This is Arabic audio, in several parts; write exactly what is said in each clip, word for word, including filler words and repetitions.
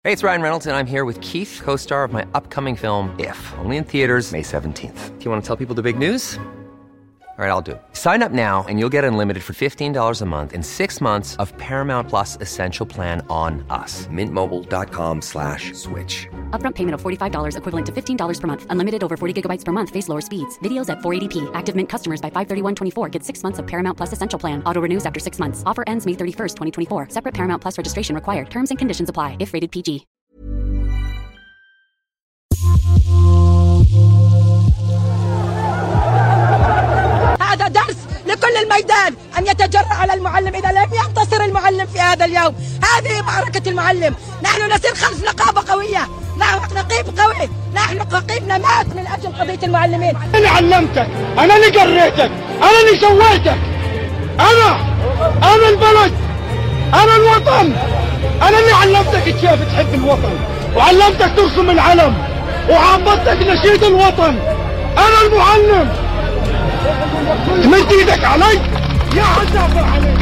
Hey, it's Ryan Reynolds, and I'm here with Keith, co-star of my upcoming film, If, only in theaters May seventeenth. Do you want to tell people the big news? All right, I'll do it. Sign up now and you'll get unlimited for fifteen dollars a month and six months of Paramount Plus Essential Plan on us. Mint Mobile dot com slash switch. Upfront payment of forty-five dollars equivalent to fifteen dollars per month. Unlimited over forty gigabytes per month. Face lower speeds. Videos at four eighty p. Active Mint customers by five thirty-one twenty-four get six months of Paramount Plus Essential Plan. Auto renews after six months. Offer ends May thirty-first, twenty twenty-four. Separate Paramount Plus registration required. Terms and conditions apply if rated P G. هذا درس لكل الميدان أن يتجرأ على المعلم إذا لم ينتصر المعلم في هذا اليوم. هذه معركة المعلم. نحن نسير خلف نقابة قوية، نحن نقيب قوي، نحن نقيبنا مات من أجل قضية المعلمين. أنا علمتك، أنا اللي قريتك، أنا اللي سويتك، أنا أنا البلد، أنا الوطن، أنا اللي علمتك كيف تحب الوطن، وعلمتك ترسم العلم، وعبدتك نشيد الوطن. أنا المعلم. تمد ايدك علي يا عزافر عليك.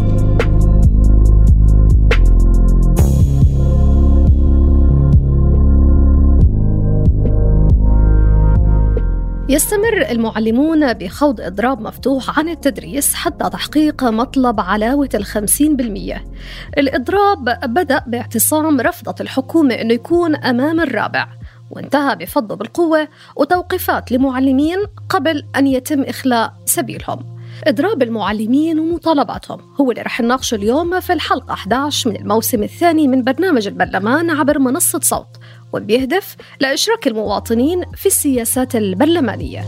يستمر المعلمون بخوض إضراب مفتوح عن التدريس حتى تحقيق مطلب علاوة الخمسين بالمية. الإضراب بدأ باعتصام رفضت الحكومة أنه يكون أمام الرابع، وانتهى بفضه بالقوة وتوقيفات لمعلمين قبل أن يتم إخلاء سبيلهم. إضراب المعلمين ومطالباتهم هو اللي رح نناقشه اليوم في الحلقة أحد عشر من الموسم الثاني من برنامج البرلمان عبر منصة صوت، وبيهدف لإشراك المواطنين في السياسات البرلمانية.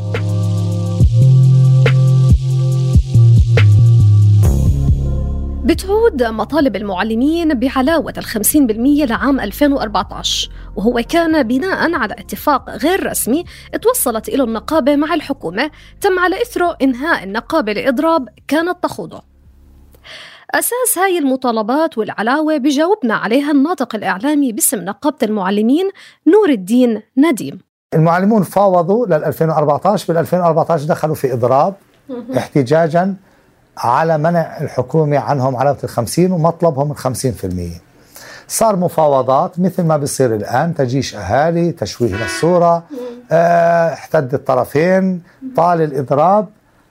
بتعود مطالب المعلمين بعلاوة الخمسين بالمية لعام ألفين وأربعة عشر، وهو كان بناء على اتفاق غير رسمي توصلت إلى النقابة مع الحكومة، تم على إثره إنهاء النقابة لإضراب كانت تخوضه. أساس هاي المطالبات والعلاوة بجاوبنا عليها الناطق الإعلامي باسم نقابة المعلمين نور الدين نديم. المعلمون فاوضوا لل ألفين وأربعة عشر، بال ألفين وأربعة عشر دخلوا في إضراب احتجاجاً على منع الحكومة عنهم علاوة الخمسين ومطلبهم الخمسين في المية. صار مفاوضات مثل ما بيصير الآن، تجيش أهالي، تشويه للصورة، اه احتد الطرفين، طال الإضراب.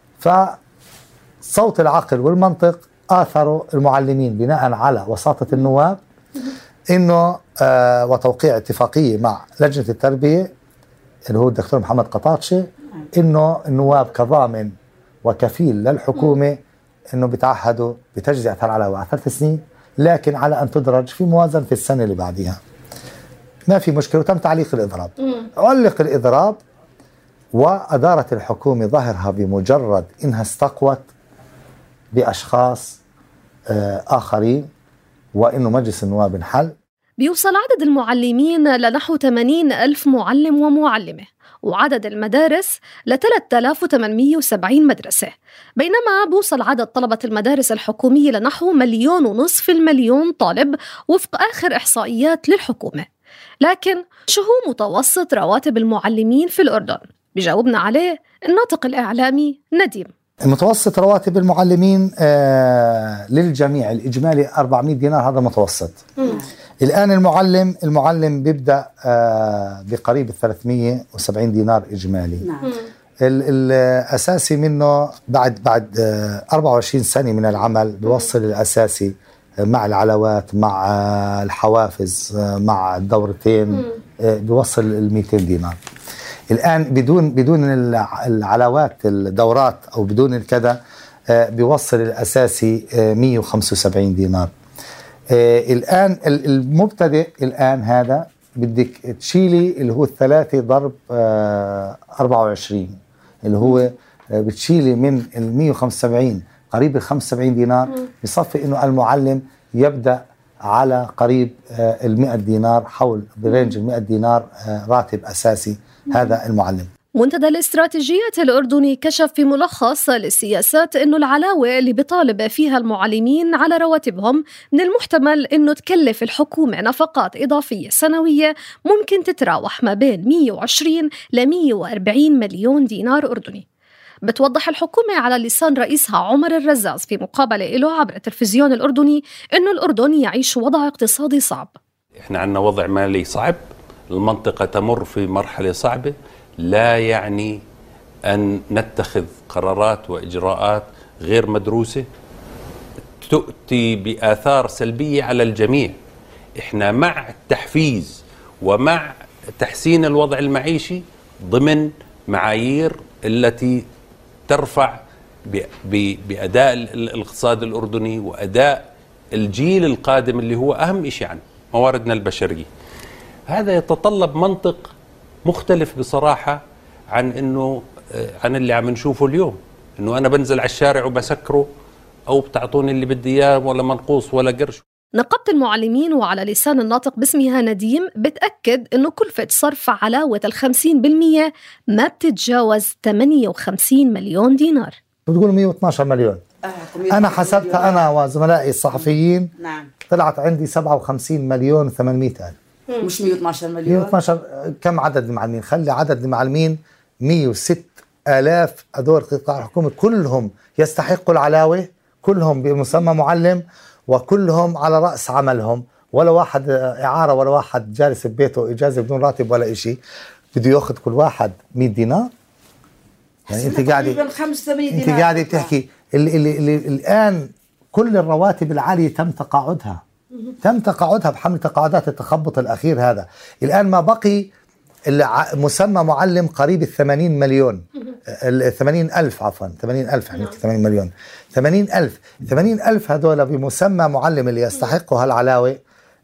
فصوت العقل والمنطق آثروا المعلمين بناء على وساطة النواب إنه اه وتوقيع اتفاقية مع لجنة التربية اللي هو الدكتور محمد قطاطشة، إنه النواب كضامن وكفيل للحكومة إنه بيتعهدوا بتجزئة العلاوة على ثلاث سنين، لكن على أن تدرج في موازنة في السنة اللي بعدها. ما في مشكلة، وتم تعليق الإضراب. علق الإضراب وأدارت الحكومة ظهرها بمجرد إنها استقوت بأشخاص آخرين، وإنه مجلس النواب انحل. بيوصل عدد المعلمين لنحو ثمانين ألف معلم ومعلمة، وعدد المدارس ل ثلاثة آلاف وثمانمئة وسبعين مدرسة، بينما بوصل عدد طلبة المدارس الحكومية لنحو مليون ونصف المليون طالب وفق آخر إحصائيات للحكومة. لكن شو هو متوسط رواتب المعلمين في الأردن؟ بيجاوبنا عليه الناطق الإعلامي نديم. متوسط رواتب المعلمين آه للجميع الإجمالي أربعمئة دينار، هذا متوسط. مم. الآن المعلم المعلم بيبدأ آه بقريب ثلاثمئة وسبعين دينار إجمالي. نعم. الأساسي منه بعد بعد آه أربعة وعشرين سنة من العمل بيوصل الأساسي مع العلاوات مع آه الحوافز آه مع الدورتين آه بيوصل ال مئتين دينار. الآن بدون بدون العلاوات الدورات أو بدون الكذا آه بيوصل الأساسي آه مئة وخمسة وسبعين دينار. آه الآن المبتدئ الآن هذا بدك تشيلي اللي هو الثلاثة ضرب آه أربعة وعشرين، اللي هو آه بتشيلي من ال مئة وخمسة وسبعين قريب ال خمسة وسبعين دينار، بصفي إنه المعلم يبدأ على قريب آه المئة دينار، حول برينج المئة دينار آه راتب أساسي هذا المعلم. منتدى الاستراتيجيات الأردني كشف في ملخص للسياسات أنه العلاوة اللي بيطالب فيها المعلمين على رواتبهم من المحتمل أنه تكلف الحكومة نفقات إضافية سنوية ممكن تتراوح ما بين مئة وعشرين ل مئة وأربعين مليون دينار أردني. بتوضح الحكومة على لسان رئيسها عمر الرزاز في مقابلة له عبر التلفزيون الأردني أنه الأردن يعيش وضع اقتصادي صعب. إحنا عندنا وضع مالي صعب، المنطقة تمر في مرحلة صعبة، لا يعني أن نتخذ قرارات وإجراءات غير مدروسة تؤتي بآثار سلبية على الجميع. إحنا مع التحفيز ومع تحسين الوضع المعيشي ضمن معايير التي ترفع بأداء الاقتصاد الأردني وأداء الجيل القادم اللي هو أهم شيء عن مواردنا البشرية. هذا يتطلب منطق مختلف بصراحة عن إنه عن اللي عم نشوفه اليوم، إنه أنا بنزل على الشارع وبسكره أو بتعطوني اللي بدي إياه ولا منقوص ولا قرش. نقابة المعلمين وعلى لسان الناطق باسمها نديم بتأكد إنه كلفة صرف علاوة الخمسين بالمية ما بتتجاوز ثمانية وخمسين مليون دينار. بتقول مئة واثني عشر مليون. أنا حسبتها أنا وزملائي الصحفيين. نعم. طلعت عندي سبعة وخمسين مليون وثمانمئة ألف. مش مئة واثني عشر مليون. مئة واثني عشر كم عدد المعلمين؟ خلي عدد المعلمين مئة وستة آلاف. هذول قطاع الحكومة كلهم يستحقوا العلاوة، كلهم بمسمى معلم وكلهم على رأس عملهم، ولا واحد إعارة ولا واحد جالس ببيته إجازة بدون راتب ولا إشي. بده يأخذ كل واحد مئة دينار. يعني أنت قاعدة أنت قاعدة تحكي اللي, اللي, اللي الآن كل الرواتب العالية تم تقاعدها تم تقاعدها بحمل تقاعدات التخبط الأخير هذا. الآن ما بقي مسمى معلم قريب الثمانين مليون الثمانين ألف عفوا ثمانين ألف يعني ثمانين مليون ثمانين ألف ثمانين ألف هذول بمسمى معلم اللي يستحقوا هالعلاوة.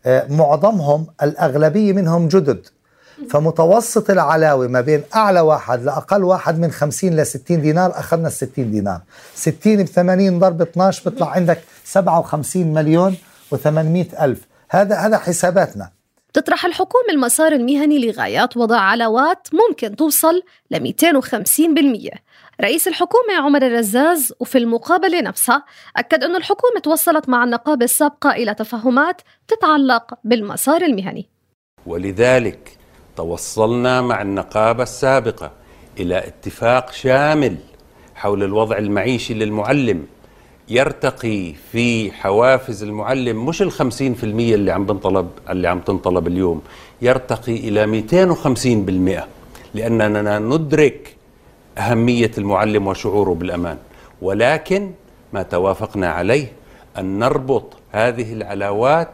معظمهم الأغلبية منهم جدد، فمتوسط العلاوة ما بين أعلى واحد لأقل واحد من خمسين لستين دينار. أخذنا الستين دينار، ستين بثمانين ضرب اثناشر بيطلع عندك سبعة وخمسين مليون وثمانمئة ألف. هذا هذا حساباتنا. تطرح الحكومة المسار المهني لغايات وضع علاوات ممكن توصل ل مئتين وخمسين بالمئة. رئيس الحكومة عمر الرزاز وفي المقابلة نفسها أكد أن الحكومة توصلت مع النقابة السابقة إلى تفاهمات تتعلق بالمسار المهني، ولذلك توصلنا مع النقابة السابقة إلى اتفاق شامل حول الوضع المعيشي للمعلم يرتقي في حوافز المعلم مش الخمسين في المية اللي عم بنطلب اللي عم تنطلب اليوم، يرتقي إلى مئتين وخمسين بالمئة، لأننا ندرك أهمية المعلم وشعوره بالأمان. ولكن ما توافقنا عليه أن نربط هذه العلاوات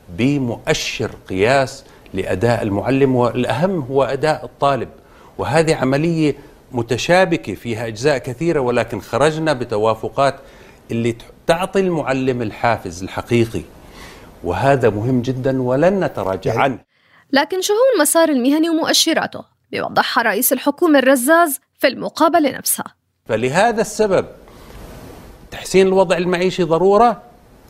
بمؤشر قياس لأداء المعلم، والأهم هو أداء الطالب. وهذه عملية متشابكة فيها أجزاء كثيرة، ولكن خرجنا بتوافقات اللي تعطي المعلم الحافز الحقيقي، وهذا مهم جدا ولن نتراجع عنه. لكن شو هو المسار المهني ومؤشراته بيوضحها رئيس الحكومة الرزاز في المقابلة نفسها. فلهذا السبب تحسين الوضع المعيشي ضرورة،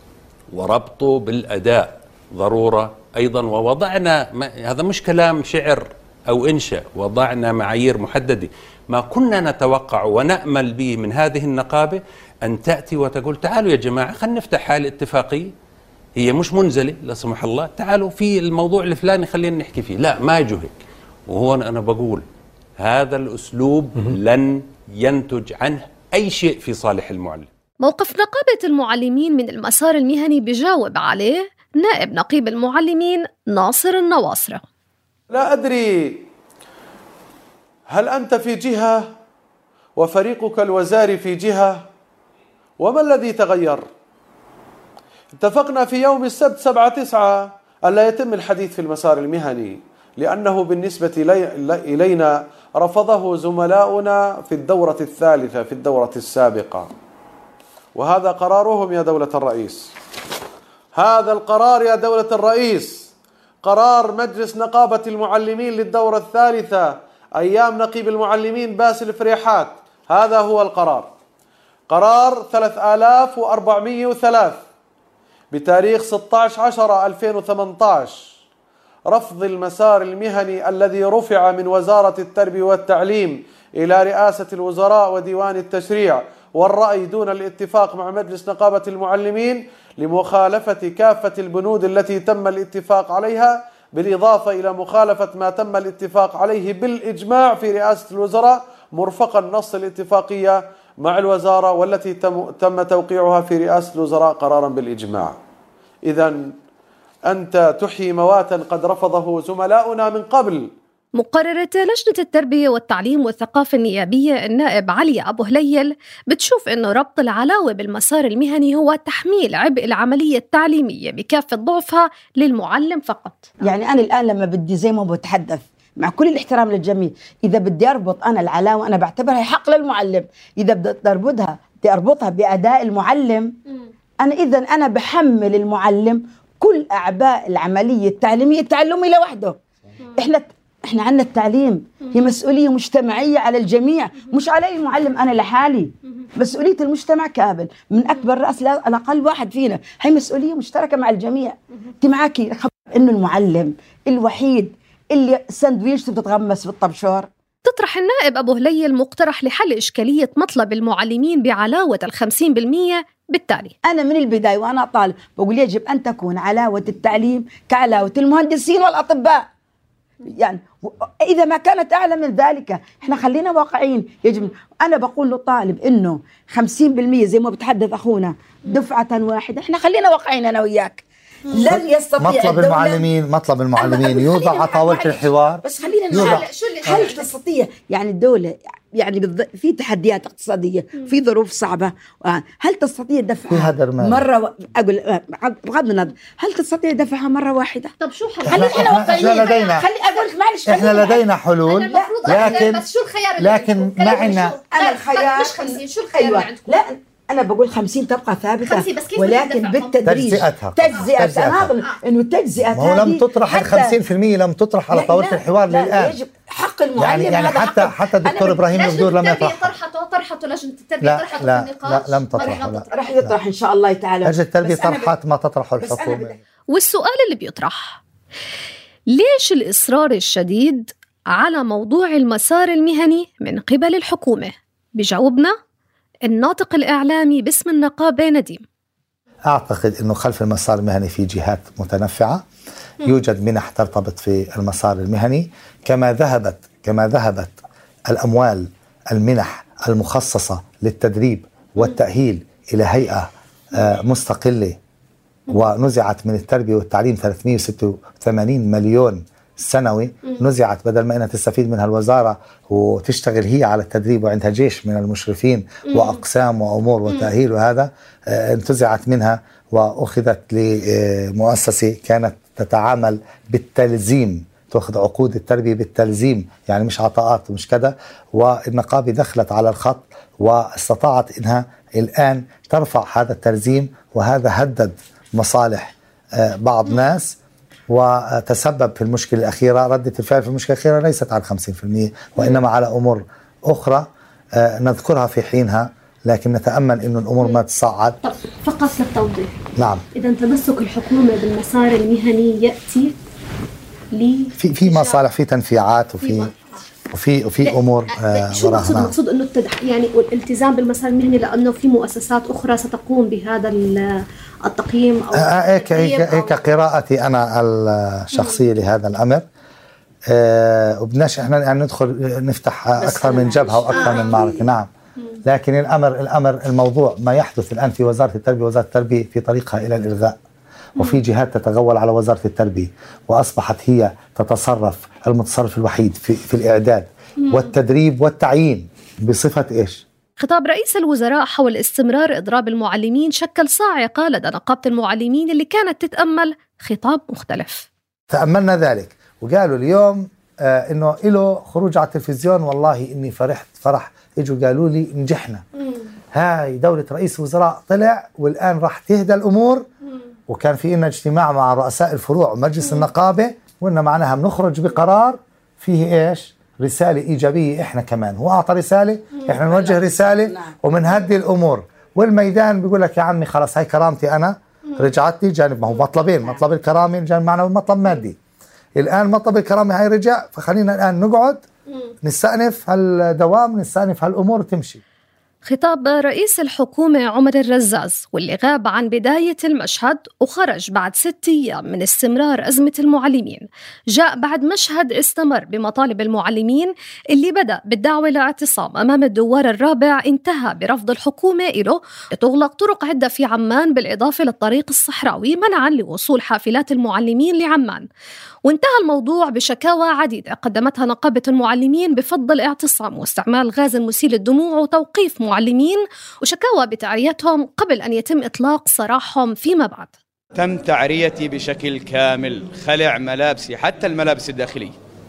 وربطه بالأداء ضرورة أيضا. ووضعنا هذا مش كلام شعر أو إنشاء، وضعنا معايير محددة. ما كنا نتوقع ونأمل به من هذه النقابة أن تأتي وتقول تعالوا يا جماعة خلينا نفتح هاي الاتفاقية، هي مش منزلة لا سمح الله، تعالوا في الموضوع الفلاني خلينا نحكي فيه. لا، ما يجوا هيك. وهون أنا بقول هذا الأسلوب لن ينتج عنه أي شيء في صالح المعلم. موقف نقابة المعلمين من المسار المهني بجاوب عليه نائب نقيب المعلمين ناصر النواصرة. لا أدري هل أنت في جهة وفريقك الوزاري في جهة، وما الذي تغير؟ اتفقنا في يوم السبت سبعة تسعة ألا يتم الحديث في المسار المهني، لأنه بالنسبة إلينا رفضه زملاؤنا في الدورة الثالثة في الدورة السابقة، وهذا قرارهم يا دولة الرئيس. هذا القرار يا دولة الرئيس قرار مجلس نقابة المعلمين للدورة الثالثة أيام نقيب المعلمين باسل فريحات. هذا هو القرار، قرار ثلاثة آلاف وأربعمئة وثلاثة بتاريخ ستة عشر عشرة ألفين وثمانية عشر، رفض المسار المهني الذي رفع من وزارة التربية والتعليم إلى رئاسة الوزراء وديوان التشريع والرأي دون الاتفاق مع مجلس نقابة المعلمين لمخالفة كافة البنود التي تم الاتفاق عليها، بالإضافة إلى مخالفة ما تم الاتفاق عليه بالإجماع في رئاسة الوزراء مرفقا نص الاتفاقية مع الوزارة والتي تم, تم توقيعها في رئاسة الوزراء قرارا بالإجماع. إذن أنت تحيي مواتا قد رفضه زملاؤنا من قبل. مقررة لجنة التربية والتعليم والثقافة النيابية النائب علي أبو هليل بتشوف أنه ربط العلاوة بالمسار المهني هو تحميل عبء العملية التعليمية بكافة ضعفها للمعلم فقط. يعني أنا الآن لما بدي زي ما بتحدث مع كل الاحترام للجميع، إذا بدي أربط أنا العلاوة أنا بعتبرها حق للمعلم، إذا بدي أربطها بدي أربطها بأداء المعلم، أنا إذا أنا بحمل المعلم كل أعباء العملية التعليمية التعلمي لوحده. إحنا إحنا عندنا التعليم هي مسؤولية مجتمعية على الجميع، مش علي المعلم أنا لحالي، مسؤولية المجتمع كامل من أكبر رأس لأقل واحد فينا، هي مسؤولية مشتركة مع الجميع. أنت معاكي إنه المعلم الوحيد اللي سندويشته بتتغمس بالطبشور. تطرح النائب أبو هليل مقترح لحل إشكالية مطلب المعلمين بعلاوة الخمسين بالمية بالتالي. أنا من البداية وأنا طالب بقول يجب أن تكون علاوة التعليم كعلاوة المهندسين والأطباء، يعني إذا ما كانت أعلى من ذلك. إحنا خلينا واقعين. يجب أنا بقول له طالب إنه خمسين بالمية زي ما بتحدث أخونا دفعة واحدة، إحنا خلينا واقعين أنا وياك. لن يستطيع مطلب المعلمين مطلب المعلمين يوضع على طاولة الحوار. بس خلينا نشوف شو اللي هل تستطيع يعني الدولة يعني في تحديات اقتصادية، في ظروف صعبة، هل تستطيع دفعها مرة و... أقول بغض النظر هل تستطيع دفعها مرة واحدة؟ طب شو حل؟ خلي احنا لدينا خلي أقول معلش احنا لدينا حلول، لكن بس شو الخيار لكن ما عندنا أنا الخيار مش خمسين. شو الخيار أيوة. عندكم؟ لا أنا بقول خمسين تبقى ثابتة خمسين، بس كيف ولكن بالتدريج تجزئتها تجزئتها أنا إنه تجزئة ما هو لم تطرح ال خمسين بالمية لم تطرح على طاولة الحوار للآن. يجب حق المعلم يعني يعني هذا حتى حق. حتى الدكتور إبراهيم الغدور لم يطرح. طرحته طرحته لجنة التربية طرحته في النقاش. لا لم تطرح. راح يطرح إن شاء الله تعالى. لجنة التربية طرحت ما تطرحه الحكومة. والسؤال اللي بيطرح ليش الإصرار الشديد على موضوع المسار المهني من قبل الحكومة؟ بجاوبنا الناطق الإعلامي باسم النقابة نديم. أعتقد أنه خلف المسار المهني في جهات متنفعة، يوجد منح ترتبط في المسار المهني، كما ذهبت كما ذهبت الأموال المنح المخصصة للتدريب والتأهيل إلى هيئة مستقلة ونزعت من التربية والتعليم ثلاثمئة وستة وثمانين مليون سنوي، نزعت بدل ما أنها تستفيد منها الوزارة وتشتغل هي على التدريب وعندها جيش من المشرفين وأقسام وأمور وتأهيل، وهذا انتزعت منها وأخذت لمؤسسة كانت تتعامل بالتلزيم، تأخذ عقود التربية بالتلزيم، يعني مش عطاءات ومش كذا. والنقابة دخلت على الخط واستطاعت إنها الآن ترفع هذا التلزيم، وهذا هدد مصالح بعض ناس وتسبب في المشكلة الأخيرة. ردة الفعل في المشكلة الأخيرة ليست على خمسين بالمئة وإنما على أمور أخرى نذكرها في حينها، لكن نتأمل إنه الأمور ما تصعد. طب فقط للتوضيح، نعم، إذا تمسك الحكومة بالمسار المهني يأتي لي في في مصالح، في تنفيعات وفي وفي وفي امور آه شو المقصود؟ المقصود انه التدح يعني الالتزام بالمسار المهني، لانه في مؤسسات اخرى ستقوم بهذا التقييم او هيك هيك هيك قراءتي انا الشخصيه لهذا الامر. آه وبدناش احنا يعني ندخل نفتح اكثر من جبهه واكثر آه من معركه. نعم، لكن الامر الامر الموضوع ما يحدث الان في وزاره التربيه، وزاره التربيه في طريقها الى الالغاء، وفي جهات تتغول على وزارة التربية، وأصبحت هي تتصرف المتصرف الوحيد في, في الإعداد والتدريب والتعيين بصفة إيش؟ خطاب رئيس الوزراء حول استمرار إضراب المعلمين شكل صاعقة لدى نقابة المعلمين اللي كانت تتأمل خطاب مختلف. تأملنا ذلك وقالوا اليوم آه إنه إله خروج على التلفزيون، والله إني فرحت فرح، إجوا قالوا لي نجحنا، هاي دولة رئيس الوزراء طلع والآن راح تهدى الأمور. وكان في إلنا اجتماع مع رؤساء الفروع ومجلس النقابة، وإننا معناها بنخرج بقرار فيه إيش؟ رسالة إيجابية. إحنا كمان هو أعطى رسالة، إحنا نوجه رسالة ومنهدي الأمور. والميدان بيقول لك يا عمي خلاص هاي كرامتي أنا رجعت لي جانب، ما هو مطلبين، مطلب الكرامة جانب معنا ومطلب مادي. الآن مطلب الكرامة هاي رجع، فخلينا الآن نقعد نستأنف هالدوام، نستأنف هالأمور تمشي. خطاب رئيس الحكومة عمر الرزاز واللي غاب عن بداية المشهد وخرج بعد ستة أيام من استمرار أزمة المعلمين جاء بعد مشهد استمر بمطالب المعلمين اللي بدأ بالدعوة لاعتصام أمام الدوار الرابع انتهى برفض الحكومة إله لتغلق طرق عدة في عمان بالإضافة للطريق الصحراوي منعا لوصول حافلات المعلمين لعمان. وانتهى الموضوع بشكاوى عديدة قدمتها نقابة المعلمين بفضل اعتصام واستعمال غاز مسيل للدموع وتوقيف معلمين وشكاوى بتعريتهم قبل أن يتم إطلاق سراحهم فيما بعد. تم تعريتي بشكل كامل، خلع ملابسي حتى الملابس الداخلية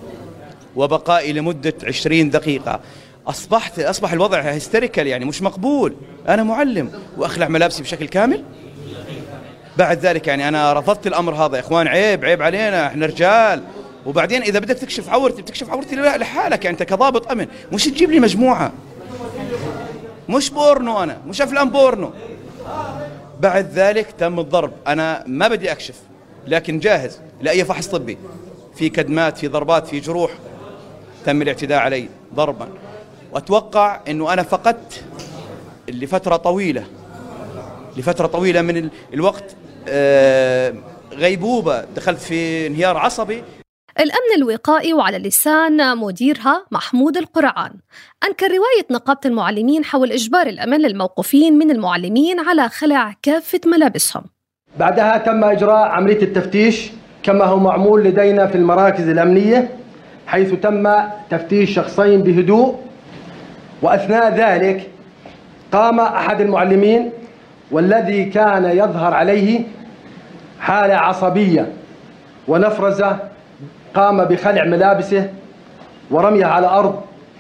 وبقائي لمدة عشرين دقيقة. أصبحت أصبح الوضع هيستيريكال، يعني مش مقبول. أنا معلم وأخلع ملابسي بشكل كامل؟ بعد ذلك يعني أنا رفضت الأمر هذا. يا إخوان عيب عيب علينا، إحنا رجال. وبعدين إذا بدك تكشف عورتي بتكشف عورتي لحالك، يعني أنت كضابط أمن، مش تجيب لي مجموعة، مش بورنو، أنا مش أفلام بورنو. بعد ذلك تم الضرب. أنا ما بدي أكشف لكن جاهز لأي فحص طبي. في كدمات، في ضربات، في جروح. تم الاعتداء علي ضربا، وأتوقع أنه أنا فقدت لفترة طويلة لفترة طويلة من الوقت غيبوبة، دخلت في انهيار عصبي. الأمن الوقائي وعلى لسان مديرها محمود القرعان أنكر رواية نقابة المعلمين حول إجبار الأمن للموقوفين من المعلمين على خلع كافة ملابسهم. بعدها تم إجراء عملية التفتيش كما هو معمول لدينا في المراكز الأمنية، حيث تم تفتيش شخصين بهدوء، وأثناء ذلك قام أحد المعلمين والذي كان يظهر عليه حالة عصبية ونفرزة قام بخلع ملابسه ورميها على الأرض،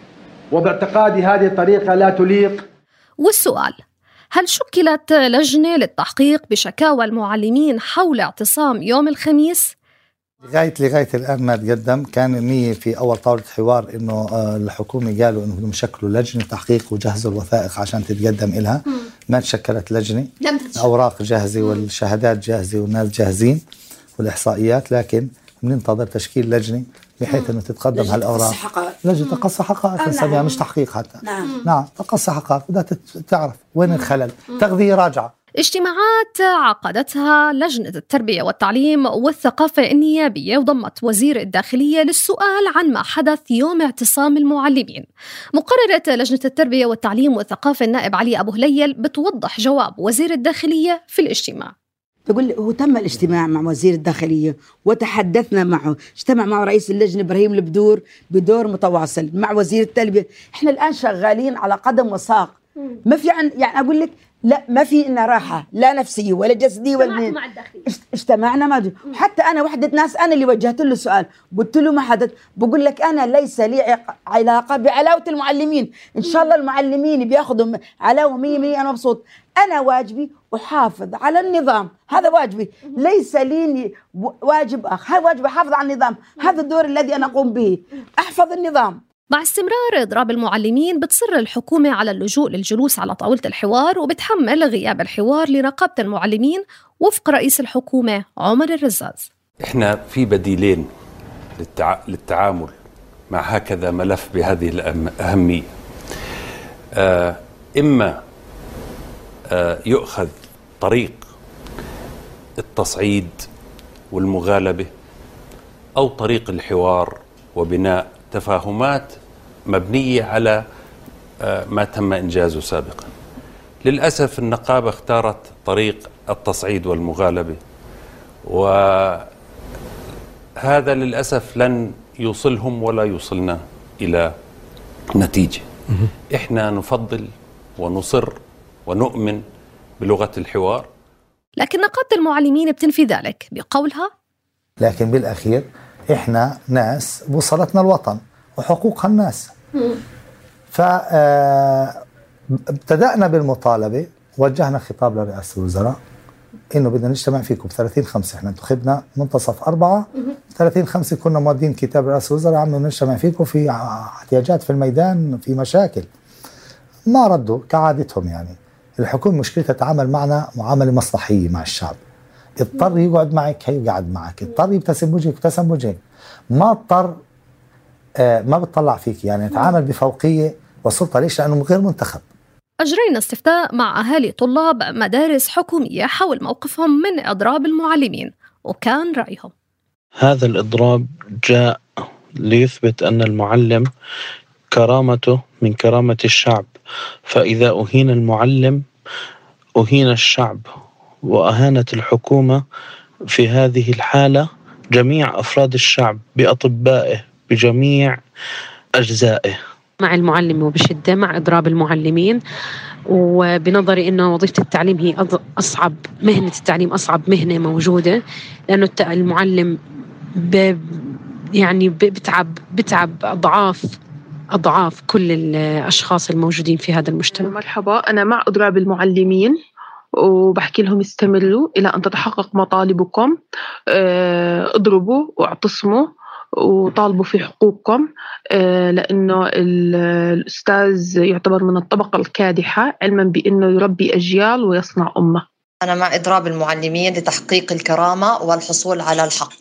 وباعتقادي هذه الطريقة لا تليق. والسؤال: هل شكلت لجنة للتحقيق بشكاوى المعلمين حول اعتصام يوم الخميس؟ لغاية لغاية الآن ما تقدم. كان النية في أول طاولة حوار إنه الحكومة قالوا إنه يشكلوا لجنة تحقيق وجهزوا الوثائق عشان تتقدم إلها. ما تشكلت لجنة، الأوراق جاهزة والشهادات جاهزة والناس جاهزين والإحصائيات، لكن بننتظر تشكيل لجنة بحيث إنه تتقدم هالأوراق. لجنة تقص حقائق نسميها، مش تحقيق حتى. نعم نعم تقص حقائق، بدها تعرف وين الخلل، تغذية راجعة. اجتماعات عقدتها لجنة التربية والتعليم والثقافة النيابية وضمت وزير الداخلية للسؤال عن ما حدث يوم اعتصام المعلمين. مقررة لجنة التربية والتعليم والثقافة النائب علي أبو هليل بتوضح جواب وزير الداخلية في الاجتماع. تقول هو تم الاجتماع مع وزير الداخلية وتحدثنا معه، اجتمع مع رئيس اللجنة إبراهيم البدور بدور متواصل مع وزير التربية. احنا الآن شغالين على قدم وساق، ما في عن يعني أقول لك لا ما في إن راحة لا نفسية ولا جسدية ولا مع الداخلية. اجتمعنا مع وحتى أنا وحدة ناس أنا اللي وجهت له سؤال قلت له ما حدث، بقول لك أنا ليس لي علاقة بعلاوة المعلمين، إن شاء الله المعلمين بياخذوا علاوة مية مية أنا مبسوط. أنا واجبي أحافظ على النظام، هذا واجبي، ليس لي واجب آخر، هذا واجب أحافظ على النظام، هذا الدور الذي أنا أقوم به، أحفظ النظام. مع استمرار إضراب المعلمين بتصر الحكومة على اللجوء للجلوس على طاولة الحوار، وبتحمل غياب الحوار لنقابة المعلمين وفق رئيس الحكومة عمر الرزاز. إحنا في بديلين للتع... للتعامل مع هكذا ملف بهذه الأهمية. آه إما آه يؤخذ طريق التصعيد والمغالبة، أو طريق الحوار وبناء تفاهمات مبنية على ما تم إنجازه سابقا. للأسف النقابة اختارت طريق التصعيد والمغالبة، وهذا للأسف لن يوصلهم ولا يوصلنا إلى نتيجة. إحنا نفضل ونصر ونؤمن بلغة الحوار. لكن نقابة المعلمين بتنفي ذلك بقولها: لكن بالأخير إحنا ناس وصلتنا الوطن وحقوق الناس. فابتدأنا بالمطالبة، وجهنا خطاب لرئاسة الوزراء إنه بدنا نجتمع فيكم بثلاثين خمسة. إحنا انتخبنا منتصف أربعة، ثلاثين خمسة كنا مودين كتاب رئاسة الوزراء عم نجتمع فيكم في احتياجات في الميدان، في مشاكل. ما ردوا كعادتهم. يعني الحكومة مشكلتها تتعامل معنا معاملة مصلحية مع الشعب. اضطر يقعد معك هيقعد معك، اضطر يبتسم وجهك ابتسم وجهك، ما اضطر آه ما بتطلع فيك. يعني نتعامل بفوقية وسلطة. ليش؟ لأنه غير منتخب. أجرينا استفتاء مع أهالي طلاب مدارس حكومية حول موقفهم من إضراب المعلمين، وكان رأيهم: هذا الإضراب جاء ليثبت أن المعلم كرامته من كرامة الشعب، فإذا أهين المعلم أهين الشعب، وأهانت الحكومة في هذه الحالة جميع أفراد الشعب بأطبائه بجميع أجزائه. مع المعلم وبشدة مع إضراب المعلمين، وبنظري إنه وظيفة التعليم هي أصعب مهنة، التعليم أصعب مهنة موجودة، لأنه المعلم ب يعني بتعب بتعب أضعاف أضعاف كل الأشخاص الموجودين في هذا المجتمع. مرحبا، أنا مع إضراب المعلمين وبحكي لهم استمروا إلى أن تتحقق مطالبكم، اضربوا واعتصموا وطالبوا في حقوقكم، لأنه الأستاذ يعتبر من الطبقة الكادحة، علما بأنه يربي أجيال ويصنع أمة. أنا مع إضراب المعلمين لتحقيق الكرامة والحصول على الحق.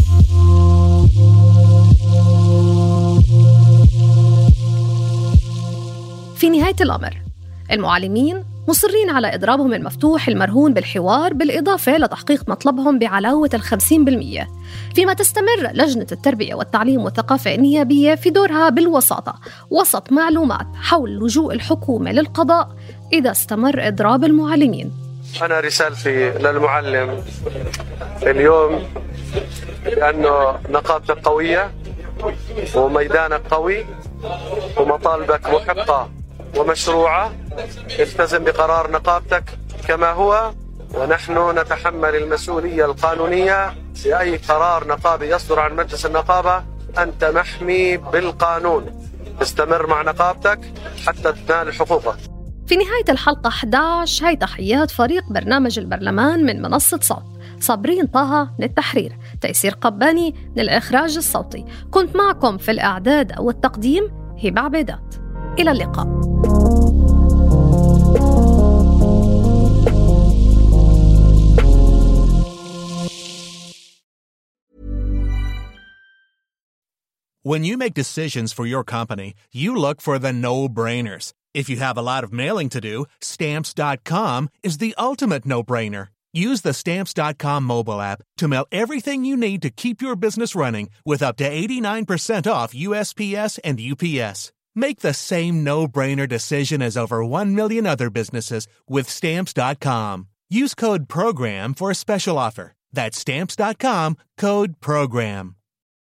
في نهاية الأمر، المعلمين مصرين على إضرابهم المفتوح المرهون بالحوار، بالإضافة لتحقيق مطلبهم بعلاوة الخمسين بالمية، فيما تستمر لجنة التربية والتعليم والثقافة النيابية في دورها بالوساطة وسط معلومات حول لجوء الحكومة للقضاء إذا استمر إضراب المعلمين. أنا رسالتي للمعلم اليوم لأنه نقابتك قوية وميدانك قوي ومطالبك محقة ومشروعة، التزم بقرار نقابتك كما هو، ونحن نتحمل المسؤولية القانونية لأي قرار نقابي يصدر عن مجلس النقابة. أنت محمي بالقانون، استمر مع نقابتك حتى تنال حقوقك. في نهاية الحلقة إحدى عشر، هاي تحيات فريق برنامج البرلمان من منصة صوت: صابرين طه من التحرير، تيسير قباني من الإخراج الصوتي. كنت معكم في الإعداد والتقديم هبة عبيدات. إلى اللقاء. When you make decisions for your company, you look for the no-brainers. If you have a lot of mailing to do, Stamps dot com is the ultimate no-brainer. Use the Stamps dot com mobile app to mail everything you need to keep your business running with up to eighty-nine percent off U S P S and U P S. Make the same no-brainer decision as over one million other businesses with Stamps dot com. Use code PROGRAM for a special offer. That's Stamps dot com, code PROGRAM.